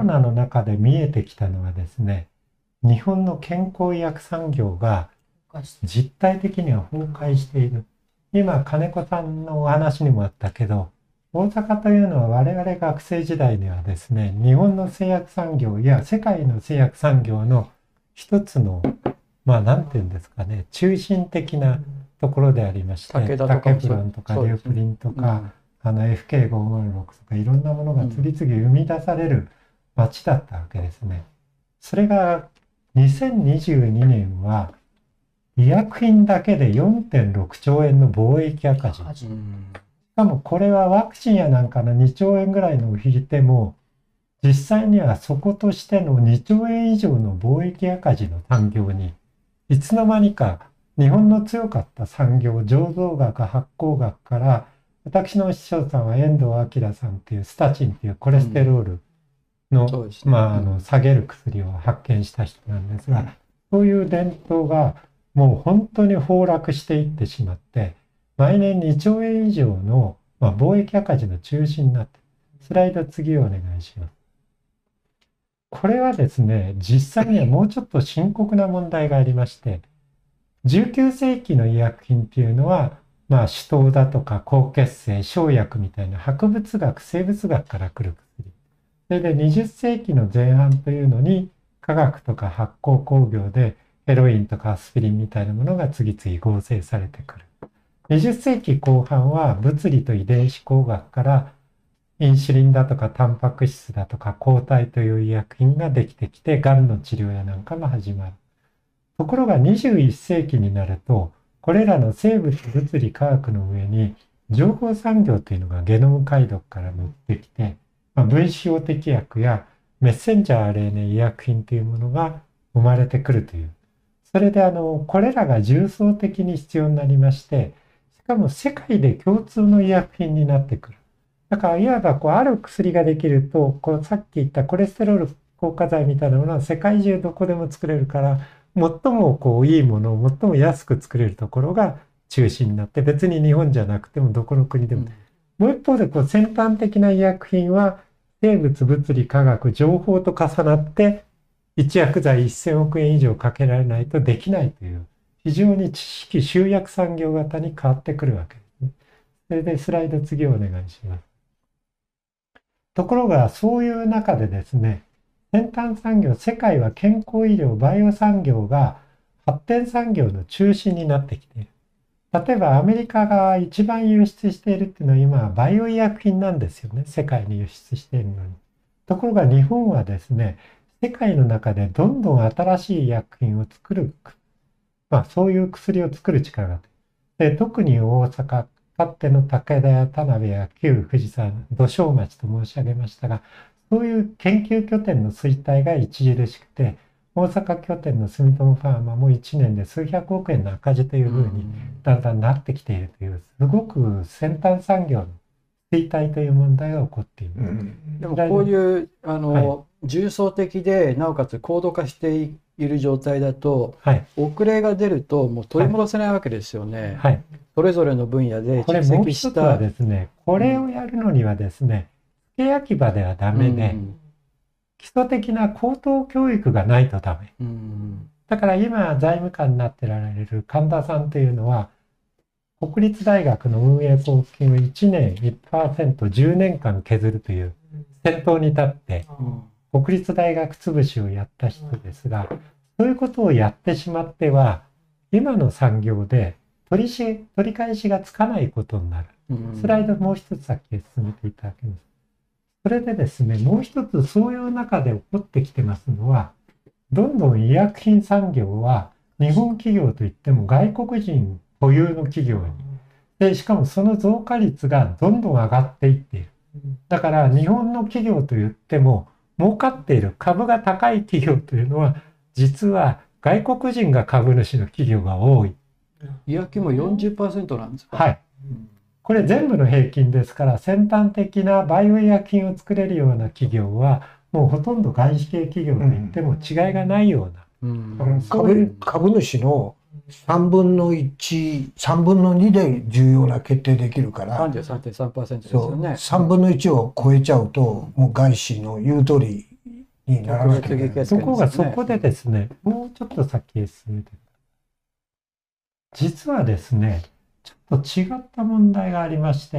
ナの中で見えてきたのはですね、日本の健康医薬産業が実体的には崩壊している。今、金子さんのお話にもあったけど、大阪というのは我々学生時代にはですね、日本の製薬産業や世界の製薬産業の一つの、なんていうんですかね、中心的なところでありまして、タケプロンとかリュープリンとか、FK506 とかいろんなものが次々生み出される街だったわけですね。それが2022年は医薬品だけで 4.6 兆円の貿易赤字。しかもこれはワクチンやなんかの2兆円ぐらいのを引いても、実際にはそことしての2兆円以上の貿易赤字の産業に、いつの間にか日本の強かった産業、醸造学、発酵学から、私の師匠さんは遠藤明さんっていうスタチンっていうコレステロールの、下げる薬を発見した人なんですが、そういう伝統がもう本当に崩落していってしまって、毎年2兆円以上の、貿易赤字の中心になって、スライド次をお願いします。これはですね、実際にはもうちょっと深刻な問題がありまして、19世紀の医薬品っていうのは、酒盗だとか高血清、生薬みたいな博物学、生物学から来る薬。それで20世紀の前半というのに、化学とか発酵工業でヘロインとかアスピリンみたいなものが次々合成されてくる。20世紀後半は物理と遺伝子工学からインシュリンだとかタンパク質だとか抗体という医薬品ができてきて、がんの治療やなんかも始まる。ところが21世紀になると、これらの生物物理科学の上に情報産業というのがゲノム解読から乗ってきて、分子標的薬やメッセンジャー RNA 医薬品というものが生まれてくるという。それでこれらが重層的に必要になりまして、しかも世界で共通の医薬品になってくる。だからいわばある薬ができると、さっき言ったコレステロール硬化剤みたいなものは世界中どこでも作れるから、最もいいものを最も安く作れるところが中心になって、別に日本じゃなくてもどこの国でも。もう一方で先端的な医薬品は生物物理科学情報と重なって一薬剤1000億円以上かけられないとできないという非常に知識集約産業型に変わってくるわけですね。それでスライド次をお願いします。ところがそういう中でですね、先端産業、世界は健康医療、バイオ産業が発展産業の中心になってきている。例えばアメリカが一番輸出しているっていうのは今はバイオ医薬品なんですよね。世界に輸出しているのに。ところが日本はですね、世界の中でどんどん新しい医薬品を作る、そういう薬を作る力がある。で、特に大阪、かつての武田や田辺や旧富士山、土庄町と申し上げましたが、そういう研究拠点の衰退が著しくて、大阪拠点の住友ファーマも1年で数百億円の赤字というふうにだんだんなってきているという、すごく先端産業の衰退という問題が起こっています。 でもこういう重層的でなおかつ高度化している状態だと、遅れが出るともう取り戻せないわけですよね。それぞれの分野で蓄積した。 これもう一つはですね、これをやるのにはですね、付け焼き場ではダメで、基礎的な高等教育がないとダメ。だから今財務官になってられる神田さんというのは、国立大学の運営交付金を1年 1%、10年間削るという先頭に立って、国立大学潰しをやった人ですが、そういうことをやってしまっては、今の産業で取り返しがつかないことになる。スライドもう一つ先へ進めていただけます。それでですね、もう一つそういう中で起こってきてますのは、どんどん医薬品産業は日本企業といっても外国人保有の企業に。で、しかもその増加率がどんどん上がっていっている。だから日本の企業といっても儲かっている株が高い企業というのは実は外国人が株主の企業が多い。 医薬品も 40% なんですか？ はい。これ全部の平均ですから、先端的なバイオ医薬品を作れるような企業はもうほとんど外資系企業といっても違いがないような。 株主の3分の1、3分の2で重要な決定できるから、 33.3% ですよね。 3分の1を超えちゃうと、もう外資の言う通りにならなきゃいけない。 ところがそこでですね、もうちょっと先へ進めて、実はですね、ちょっと違った問題がありまして、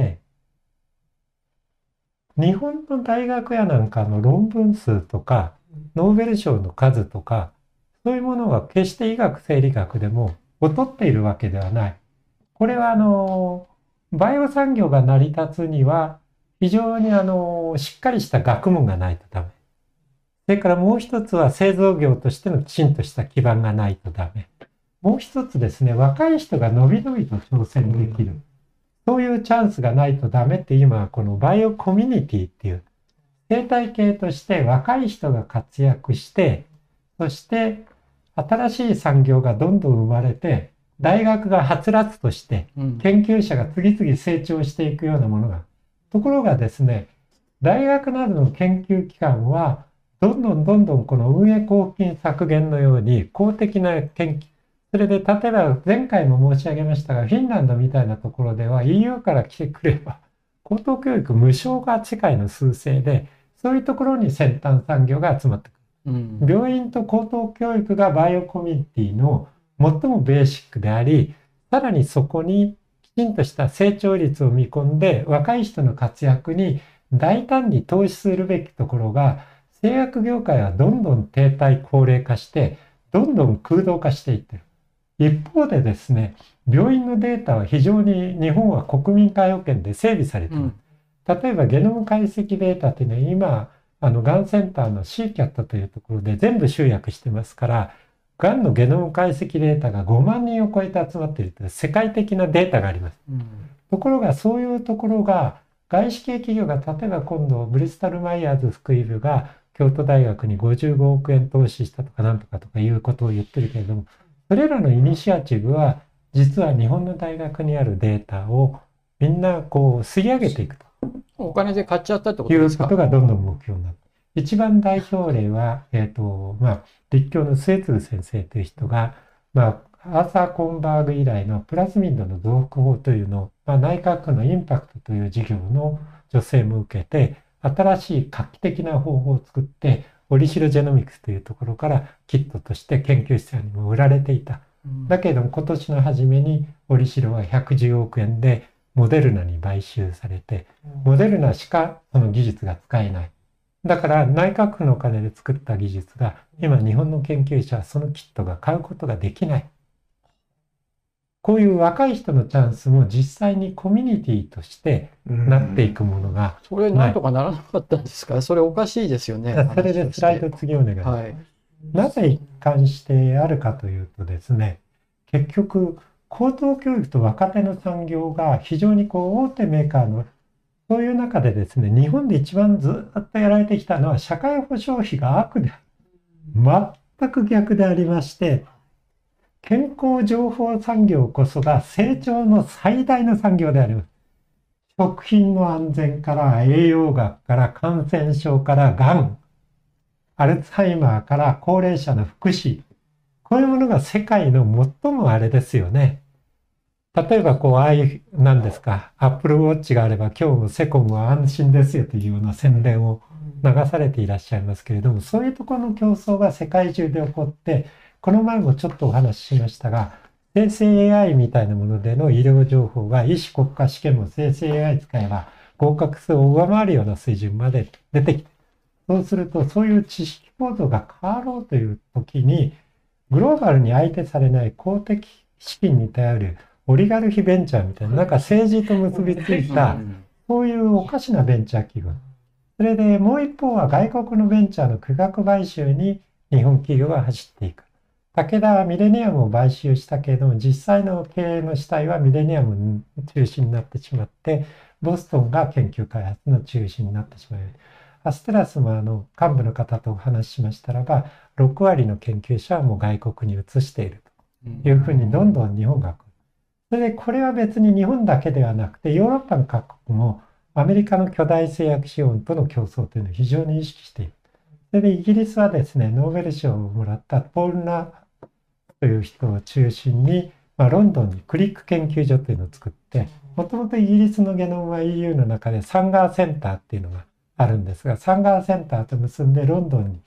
日本の大学やなんかの論文数とか、ノーベル賞の数とか、そういうものは決して医学、生理学でも劣っているわけではない。これはバイオ産業が成り立つには、非常にしっかりした学問がないとダメ。それからもう一つは製造業としてのきちんとした基盤がないとダメ。もう一つですね、若い人がのびのびと挑戦できる。そういうチャンスがないとダメって今、このバイオコミュニティっていう生態系として若い人が活躍して、そして新しい産業がどんどん生まれて、大学がはつらつとして研究者が次々成長していくようなものが。ところがですね、大学などの研究機関は、どんどんこの運営交付金削減のように公的な研究、それで例えば前回も申し上げましたが、フィンランドみたいなところでは EU から来てくれば、高等教育無償が世界の趨勢で、そういうところに先端産業が集まってくる。病院と高等教育がバイオコミュニティの最もベーシックであり、さらにそこにきちんとした成長率を見込んで、若い人の活躍に大胆に投資するべきところが、製薬業界はどんどん停滞高齢化して、どんどん空洞化していってる。一方でですね、病院のデータは非常に日本は国民皆保険で整備されています。例えばゲノム解析データっていうのは今、がんセンターの CCAT というところで全部集約してますから、がんのゲノム解析データが5万人を超えて集まっているという世界的なデータがあります。ところがそういうところが外資系企業が例えば今度ブリスタル・マイヤーズ福井部が京都大学に55億円投資したとかなんとかとかいうことを言ってるけれども、それらのイニシアチブは実は日本の大学にあるデータをみんなこう吸い上げていくと。 お金で買っちゃったってことですか？ いうことがどんどん目標になる。一番代表例は、立教の末次先生という人が、アーサー・コンバーグ以来のプラズミッドの増幅法というのを、内閣府のインパクトという事業の助成も受けて、新しい画期的な方法を作って、折しろジェノミクスというところからキットとして研究室にも売られていた。だけれども今年の初めに折しろは110億円でモデルナに買収されて、モデルナしかその技術が使えない。だから内閣府のお金で作った技術が今日本の研究者はそのキットが買うことができない。こういう若い人のチャンスも実際にコミュニティとしてなっていくものが。 それなんとかならなかったんですか？それおかしいですよね。 それでスライド次お願いします。なぜ一貫してあるかというとですね、結局高等教育と若手の産業が非常に大手メーカーのそういう中でですね、日本で一番ずっとやられてきたのは社会保障費が悪である。全く逆でありまして、健康情報産業こそが成長の最大の産業であります。食品の安全から栄養学から感染症からがん、アルツハイマーから高齢者の福祉、こういうものが世界の最もあれですよね。例えば何ですか、アップルウォッチがあれば今日もセコムは安心ですよというような宣伝を流されていらっしゃいますけれども、そういうところの競争が世界中で起こって、この前もちょっとお話ししましたが、生成 AI みたいなものでの医療情報が医師国家試験も生成 AI 使えば合格数を上回るような水準まで出てきて、そうするとそういう知識構造が変わろうという時に、グローバルに相手されない公的資金に頼るオリガルヒベンチャーみたいな、なんか政治と結びついた、そういうおかしなベンチャー企業。それでもう一方は外国のベンチャーの巨額買収に日本企業が走っていく。武田はミレニアムを買収したけれども、実際の経営の主体はミレニアム中心になってしまって、ボストンが研究開発の中心になってしまう。アステラスも幹部の方とお話ししましたらば、6割の研究者はもう外国に移しているというふうにどんどん日本が来る。それでこれは別に日本だけではなくて、ヨーロッパの各国もアメリカの巨大製薬資本との競争というのを非常に意識している。それでイギリスはですね、ノーベル賞をもらったポール・ナーという人を中心に、ロンドンにクリック研究所というのを作って、もともとイギリスのゲノムは EU の中でサンガーセンターっていうのがあるんですが、サンガーセンターと結んでロンドンに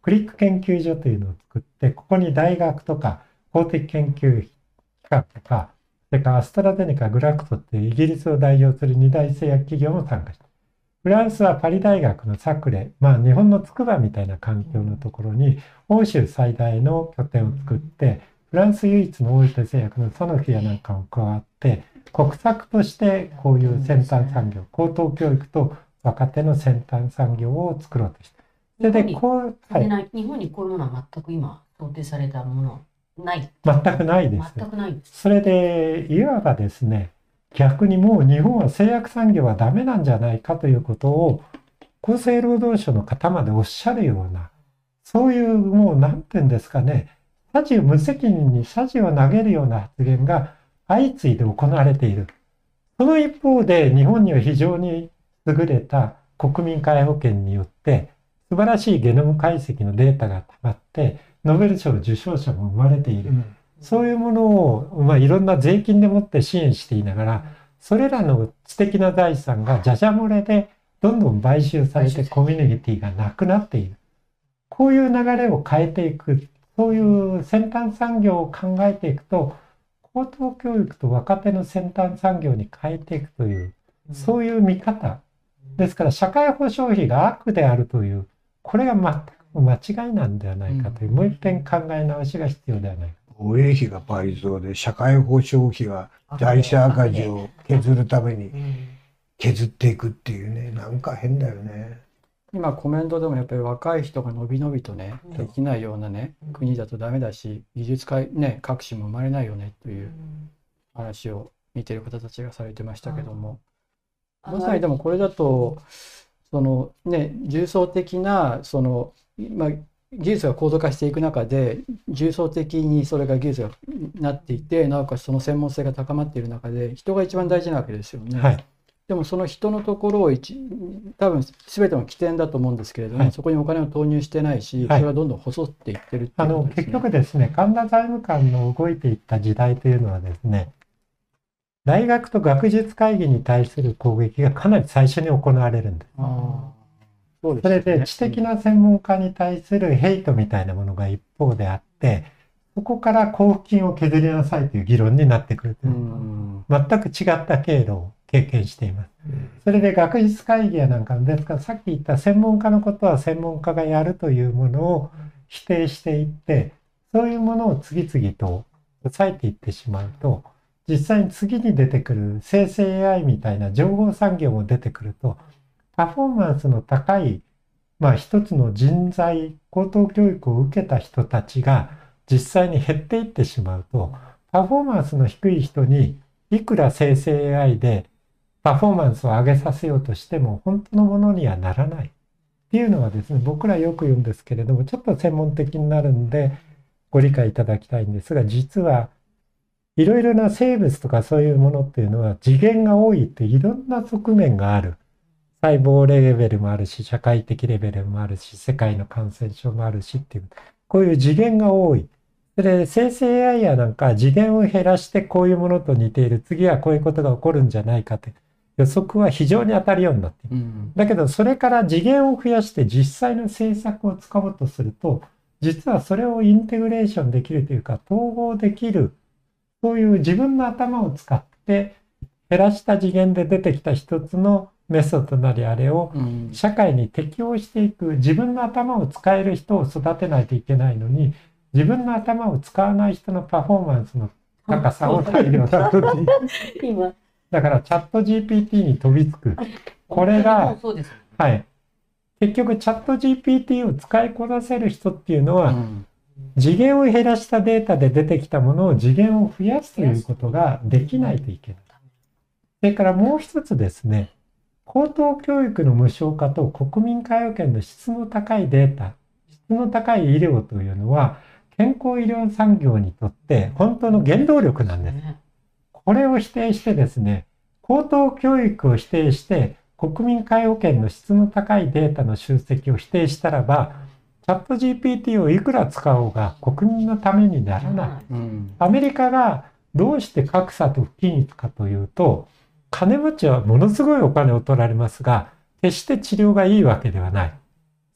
クリック研究所というのを作って、ここに大学とか公的研究機関とか、それからアストラゼネカ、グラクトっていうイギリスを代表する2大製薬企業も参加して、フランスはパリ大学のサクレ、日本の筑波みたいな環境のところに欧州最大の拠点を作って、フランス唯一の大手製薬のサノフィアなんかも加わって、国策としてこういう先端産業、高等教育と若手の先端産業を作ろうとして。 それで日本にこういうものは全く今想定されたものない。 全くないです。 全くないです。 それでいわばですね、逆にもう日本は製薬産業はダメなんじゃないかということを厚生労働省の方までおっしゃるような、そういうもう何て言うんですかね、無責任にさじを投げるような発言が相次いで行われている。その一方で日本には非常に優れた国民皆保険によって素晴らしいゲノム解析のデータがたまってノーベル賞受賞者も生まれている。そういうものを、いろんな税金でもって支援していながら、それらの知的な財産がじゃじゃ漏れでどんどん買収されてコミュニティがなくなっている。こういう流れを変えていく、そういう先端産業を考えていくと、高等教育と若手の先端産業に変えていくという、そういう見方。ですから社会保障費が悪であるという、これが全く間違いなんではないかという、もう一遍考え直しが必要ではないか。 防衛費が倍増で社会保障費が財政赤字を削るために削っていくっていうね、なんか変だよね。 今コメントでもやっぱり若い人がのびのびとねできないようなね国だとダメだし、技術革新も生まれないよねという話を見てる方たちがされてましたけども、まさにでもこれだと重層的な技術が高度化していく中で重層的にそれが技術がなっていて、なおかつその専門性が高まっている中で人が一番大事なわけですよね。 はい、 でもその人のところを多分全ての起点だと思うんですけれども、そこにお金を投入してないし、それはどんどん細っていってるっていうことですね。 結局ですね、神田財務官の動いていった時代というのはですね、大学と学術会議に対する攻撃がかなり最初に行われるんです。それで知的な専門家に対するヘイトみたいなものが一方であって、そこから交付金を削りなさいという議論になってくるという、全く違った経路を経験しています。それで学術会議やなんかですから、さっき言った専門家のことは専門家がやるというものを否定していって、そういうものを次々と抑えていってしまうと、実際に次に出てくる生成 AI みたいな情報産業も出てくると、パフォーマンスの高い、一つの人材、高等教育を受けた人たちが実際に減っていってしまうと、パフォーマンスの低い人にいくら生成 AI でパフォーマンスを上げさせようとしても本当のものにはならないっていうのはですね、僕らよく言うんですけれども、ちょっと専門的になるんでご理解いただきたいんですが、実はいろいろな生物とかそういうものっていうのは次元が多いっていろんな側面がある。細胞レベルもあるし、社会的レベルもあるし、世界の感染症もあるしっていう、こういう次元が多い。それで生成 AI やなんか次元を減らしてこういうものと似ている、次はこういうことが起こるんじゃないかって予測は非常に当たるようになっている。だけどそれから次元を増やして実際の政策を使おうとすると、実はそれをインテグレーションできるというか統合できる、そういう自分の頭を使って減らした次元で出てきた一つのメソッドなりあれを社会に適応していく、自分の頭を使える人を育てないといけないのに、自分の頭を使わない人のパフォーマンスの高さを大量だと今だからチャット GPT に飛びつく、これがはい、結局チャット GPT を使いこなせる人っていうのは、次元を減らしたデータで出てきたものを次元を増やすということができないといけない。それからもう一つですね、高等教育の無償化と国民皆保険の質の高いデータ、質の高い医療というのは健康医療産業にとって本当の原動力なんです。これを否定してですね、高等教育を否定して国民皆保険の質の高いデータの集積を否定したらば、チャット GPT をいくら使おうが国民のためにならない。アメリカがどうして格差と不均一かというと、金持ちはものすごいお金を取られますが、決して治療がいいわけではない。そ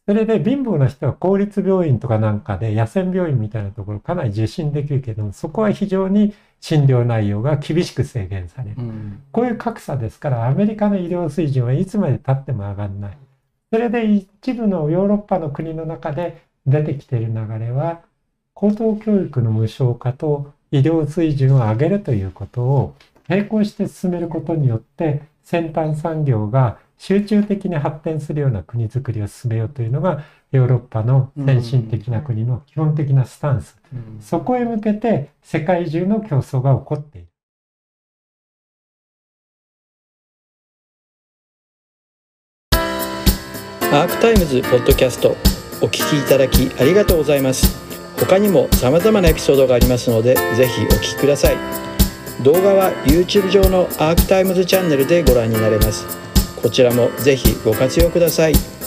それで貧乏な人は公立病院とかなんかで野戦病院みたいなところかなり受診できるけども、そこは非常に診療内容が厳しく制限される。こういう格差ですから、アメリカの医療水準はいつまで経っても上がらない。それで一部のヨーロッパの国の中で出てきている流れは、高等教育の無償化と医療水準を上げるということを並行して進めることによって、先端産業が集中的に発展するような国づくりを進めようというのがヨーロッパの先進的な国の基本的なスタンス。そこへ向けて世界中の競争が起こっている。 アークタイムズポッドキャストお聞きいただきありがとうございます。他にも様々なエピソードがありますので、ぜひお聞きください。動画は YouTube 上のアークタイムズチャンネルでご覧になれます。こちらもぜひご活用ください。